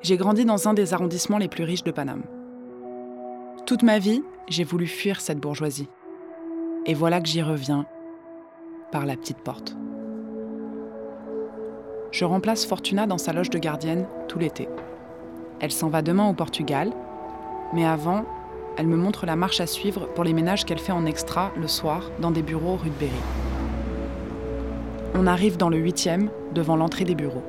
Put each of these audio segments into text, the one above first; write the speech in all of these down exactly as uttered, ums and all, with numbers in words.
J'ai grandi dans un des arrondissements les plus riches de Paname. Toute ma vie, j'ai voulu fuir cette bourgeoisie. Et voilà que j'y reviens, par la petite porte. Je remplace Fortuna dans sa loge de gardienne tout l'été. Elle s'en va demain au Portugal, mais avant, elle me montre la marche à suivre pour les ménages qu'elle fait en extra le soir dans des bureaux rue de Berry. On arrive dans le huitième, devant l'entrée des bureaux.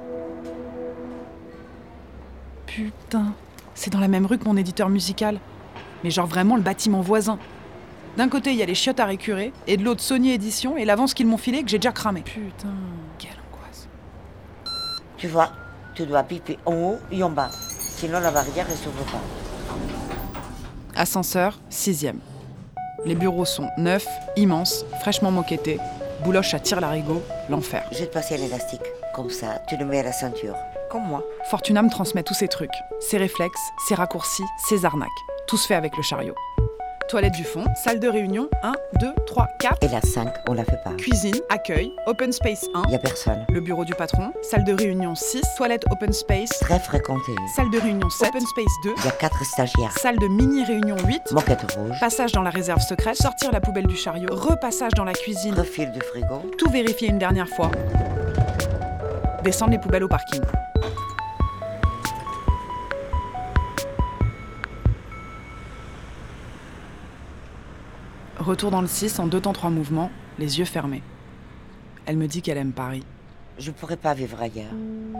Putain, c'est dans la même rue que mon éditeur musical. Mais genre vraiment le bâtiment voisin. D'un côté, il y a les chiottes à récurer, et de l'autre, Sony Édition et l'avance qu'ils m'ont filée que j'ai déjà cramé. Putain, quelle angoisse. Tu vois, tu dois piper en haut et en bas. Sinon, la barrière ne s'ouvre pas. Ascenseur, sixième. Les bureaux sont neufs, immenses, fraîchement moquettés. Bouloche à tire-larigot, l'enfer. Je vais te passer un élastique. Comme ça, tu le mets à la ceinture. Comme moi. Fortuna me transmet tous ses trucs. Ses réflexes, ses raccourcis, ses arnaques. Tout se fait avec le chariot. Toilette du fond, salle de réunion, un, deux, trois, quatre. Et la cinq, on la fait pas. Cuisine, accueil, open space un. Y a personne. Le bureau du patron, salle de réunion six, toilette open space. Très fréquenté. Salle de réunion sept, open space deux. Y a quatre stagiaires. Salle de mini-réunion huit. Moquette rouge. Passage dans la réserve secrète, sortir la poubelle du chariot, repassage dans la cuisine. Refil du frigo. Tout vérifier une dernière fois. Descendre les poubelles au parking. Retour dans le six en deux temps trois mouvements, les yeux fermés. Elle me dit qu'elle aime Paris. Je pourrais pas vivre ailleurs.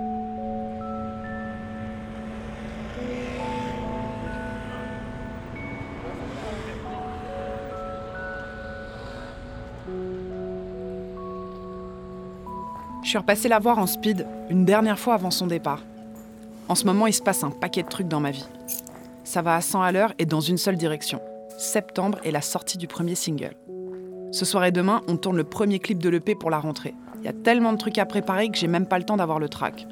Je suis repassée la voir en speed, une dernière fois avant son départ. En ce moment, il se passe un paquet de trucs dans ma vie. Ça va à cent à l'heure et dans une seule direction. Septembre est la sortie du premier single. Ce soir et demain, on tourne le premier clip de l'E P pour la rentrée. Il y a tellement de trucs à préparer que j'ai même pas le temps d'avoir le track.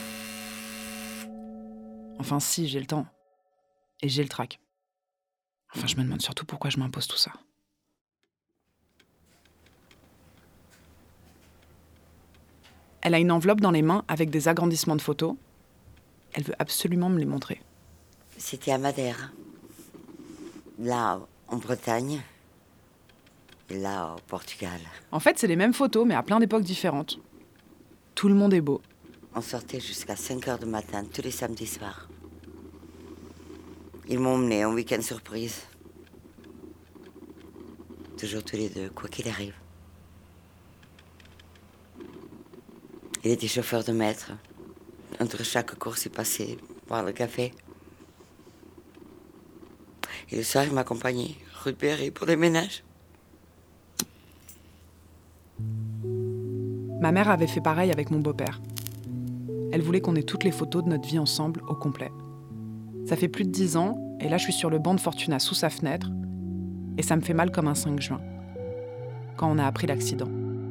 Enfin si, j'ai le temps. Et j'ai le track. Enfin, je me demande surtout pourquoi je m'impose tout ça. Elle a une enveloppe dans les mains avec des agrandissements de photos. Elle veut absolument me les montrer. C'était à Madère. Là, en Bretagne. Et là, au Portugal. En fait, c'est les mêmes photos, mais à plein d'époques différentes. Tout le monde est beau. On sortait jusqu'à cinq heures du matin, tous les samedis soirs. Ils m'ont emmené en week-end surprise. Toujours tous les deux, quoi qu'il arrive. Il était chauffeur de maître. Entre chaque course, il passait boire le café. Et le soir, il m'accompagnait rue de Berry pour les ménages. Ma mère avait fait pareil avec mon beau-père. Elle voulait qu'on ait toutes les photos de notre vie ensemble au complet. Ça fait plus de dix ans, et là je suis sur le banc de Fortuna sous sa fenêtre, et ça me fait mal comme un cinq juin, quand on a appris l'accident.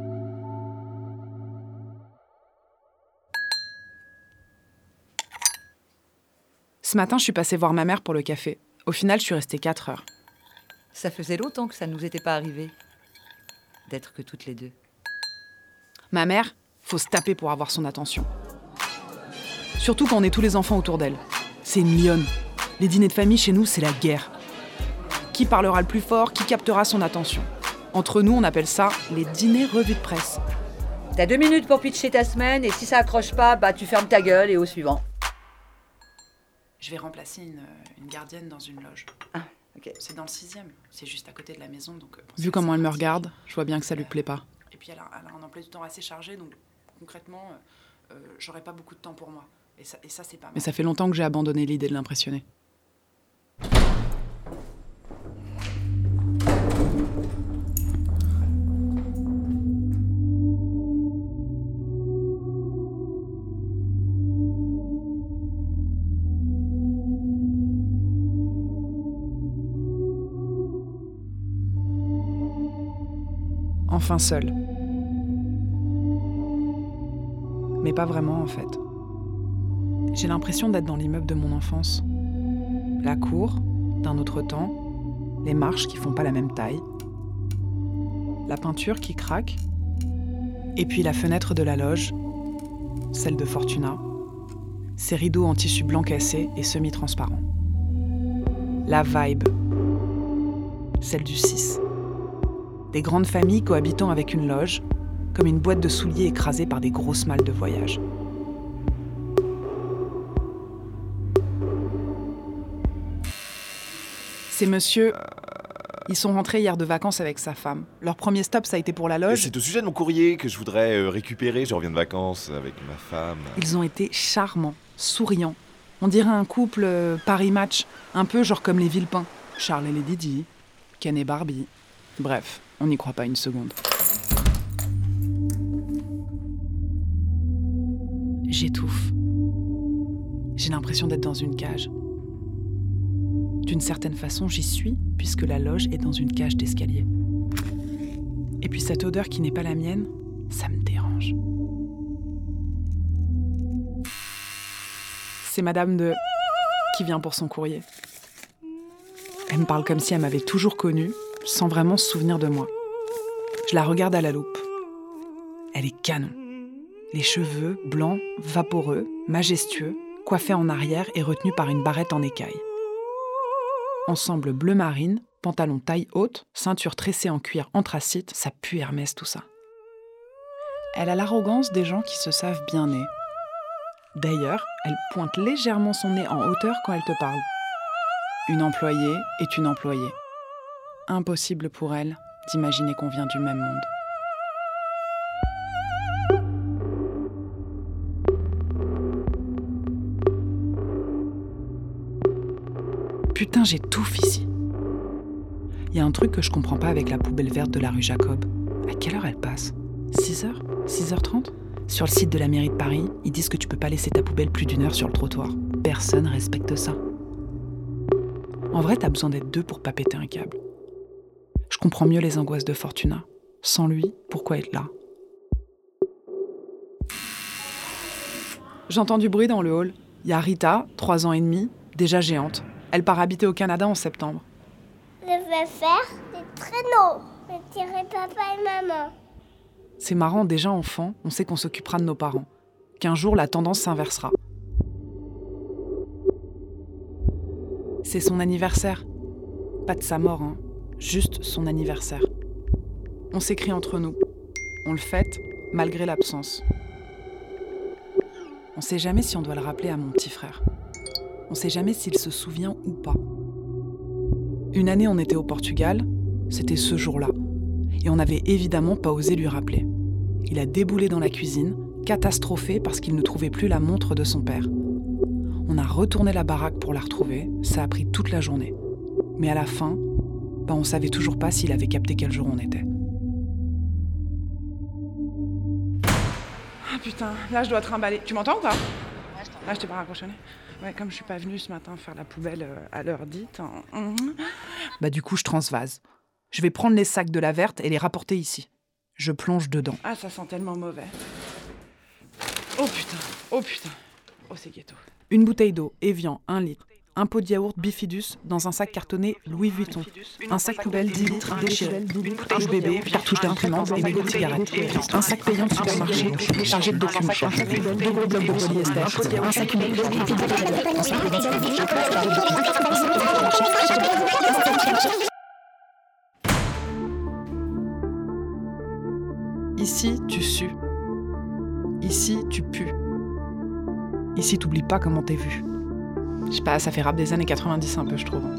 Ce matin, je suis passée voir ma mère pour le café. Au final, je suis restée quatre heures. Ça faisait longtemps que ça ne nous était pas arrivé, d'être que toutes les deux. Ma mère, faut se taper pour avoir son attention. Surtout quand on est tous les enfants autour d'elle. C'est une lionne. Les dîners de famille chez nous, c'est la guerre. Qui parlera le plus fort, qui captera son attention. Entre nous, on appelle ça les dîners revues de presse. T'as deux minutes pour pitcher ta semaine, et si ça accroche pas, bah tu fermes ta gueule et au suivant. Je vais remplacer une, une gardienne dans une loge. Ah, ok. C'est dans le sixième, c'est juste à côté de la maison. Donc, vu comment elle me regarde, je vois bien que ça lui plaît pas. Et puis elle a, elle a un emploi du temps assez chargé, donc concrètement, euh, euh, j'aurai pas beaucoup de temps pour moi. Et ça, et ça c'est pas mal. Mais ça fait longtemps que j'ai abandonné l'idée de l'impressionner. Enfin seule. Mais pas vraiment en fait. J'ai l'impression d'être dans l'immeuble de mon enfance. La cour, d'un autre temps, les marches qui font pas la même taille, la peinture qui craque, et puis la fenêtre de la loge, celle de Fortuna, Ses rideaux en tissu blanc cassé et semi-transparents. La vibe. Celle du six. Des grandes familles cohabitant avec une loge, comme une boîte de souliers écrasée par des grosses malles de voyage. Ces messieurs, ils sont rentrés hier de vacances avec sa femme. Leur premier stop, ça a été pour la loge. C'est au sujet de mon courrier que je voudrais euh, récupérer. Je reviens de vacances avec ma femme. Ils ont été charmants, souriants. On dirait un couple euh, Paris Match, un peu genre comme les Villepin. Charles et Lady Di, Ken et Barbie. Bref, on n'y croit pas une seconde. J'étouffe. J'ai l'impression d'être dans une cage. D'une certaine façon, j'y suis, puisque la loge est dans une cage d'escalier. Et puis cette odeur qui n'est pas la mienne, ça me dérange. C'est Madame de... qui vient pour son courrier. Elle me parle comme si elle m'avait toujours connue, sans vraiment se souvenir de moi. Je la regarde à la loupe. Elle est canon. Les cheveux, blancs, vaporeux, majestueux, coiffés en arrière et retenus par une barrette en écaille. Ensemble bleu marine, pantalon taille haute, ceinture tressée en cuir anthracite, ça pue Hermès tout ça. Elle a l'arrogance des gens qui se savent bien nés. D'ailleurs, elle pointe légèrement son nez en hauteur quand elle te parle. Une employée est une employée. Impossible pour elle d'imaginer qu'on vient du même monde. Putain, j'étouffe ici. Il y a un truc que je comprends pas avec la poubelle verte de la rue Jacob. À quelle heure elle passe ? six heures ? six heures trente ? Sur le site de la mairie de Paris, ils disent que tu peux pas laisser ta poubelle plus d'une heure sur le trottoir. Personne respecte ça. En vrai, t'as besoin d'être deux pour pas péter un câble. Je comprends mieux les angoisses de Fortuna. Sans lui, pourquoi être là ? J'entends du bruit dans le hall. Il y a Rita, trois ans et demi, déjà géante. Elle part habiter au Canada en septembre. Je vais faire des traîneaux. Je tirer papa et maman. C'est marrant, déjà enfant, on sait qu'on s'occupera de nos parents. Qu'un jour, la tendance s'inversera. C'est son anniversaire. Pas de sa mort, hein. Juste son anniversaire. On s'écrit entre nous. On le fête, malgré l'absence. On sait jamais si on doit le rappeler à mon petit frère. On sait jamais s'il se souvient ou pas. Une année, on était au Portugal, c'était ce jour-là. Et on n'avait évidemment pas osé lui rappeler. Il a déboulé dans la cuisine, catastrophé parce qu'il ne trouvait plus la montre de son père. On a retourné la baraque pour la retrouver, ça a pris toute la journée. Mais à la fin, bah on savait toujours pas s'il avait capté quel jour on était. Ah putain, là je dois trimballer. Tu m'entends ou pas ? Ouais, je t'entends. Ah, je t'ai pas raccroché. Ouais, comme je suis pas venue ce matin faire la poubelle à l'heure dite, hein. Bah du coup je transvase. Je vais prendre les sacs de la verte et les rapporter ici. Je plonge dedans. Ah, ça sent tellement mauvais. Oh putain, oh putain. Oh, c'est ghetto. Une bouteille d'eau, Evian, un litre. Un pot de yaourt Bifidus dans un sac cartonné Louis Vuitton. Un sac poubelle dix litres déchiré. Touche bébé, cartouche d'imprimante et mégots de cigarettes. Un sac payant de supermarché chargé de documents. Deux gros blocs de polyester. Un sac unique. Ici, tu sues. Ici, tu pues. Ici, t'oublies pas comment t'es vu. Je sais pas, ça fait rap des années quatre-vingt-dix un peu, je trouve.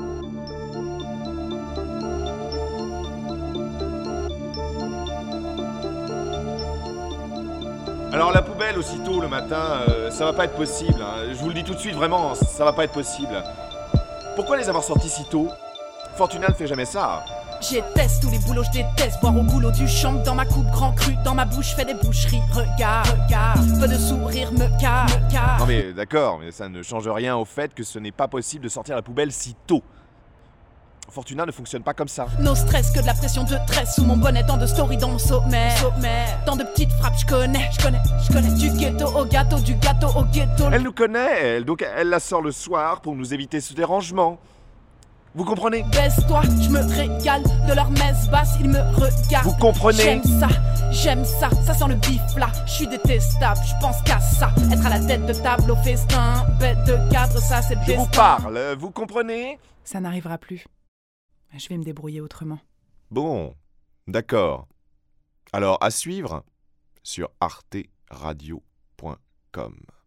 Alors la poubelle aussitôt le matin, euh, ça va pas être possible. Hein. Je vous le dis tout de suite, vraiment, ça va pas être possible. Pourquoi les avoir sortis si tôt ? Fortuna ne fait jamais ça. Je déteste tous les boulots, je déteste boire au boulot du champ. Dans ma coupe grand cru, dans ma bouche fais des boucheries. Regarde, regarde, peu de sourire me carre, me carre. Non mais d'accord, mais ça ne change rien au fait que ce n'est pas possible de sortir la poubelle si tôt. Fortuna ne fonctionne pas comme ça. No stress, que de la pression de tresse. Sous mon bonnet, tant de stories dans mon sommet. sommet. Tant de petites frappes, je connais, je connais, je connais. Du ghetto au gâteau, du gâteau au ghetto. Elle nous connaît, elle, donc elle la sort le soir pour nous éviter ce dérangement. Vous comprenez? Baisse-toi, je me régale de leur messe basse, ils me regardent. Vous comprenez? J'aime ça, j'aime ça, ça sent le bif là. Je suis détestable, je pense qu'à ça. Être à la tête de table au festin, bête de cadre, ça c'est le Je destin. vous parle, vous comprenez? Ça n'arrivera plus. Je vais me débrouiller autrement. Bon, d'accord. Alors, à suivre sur arte radio point com.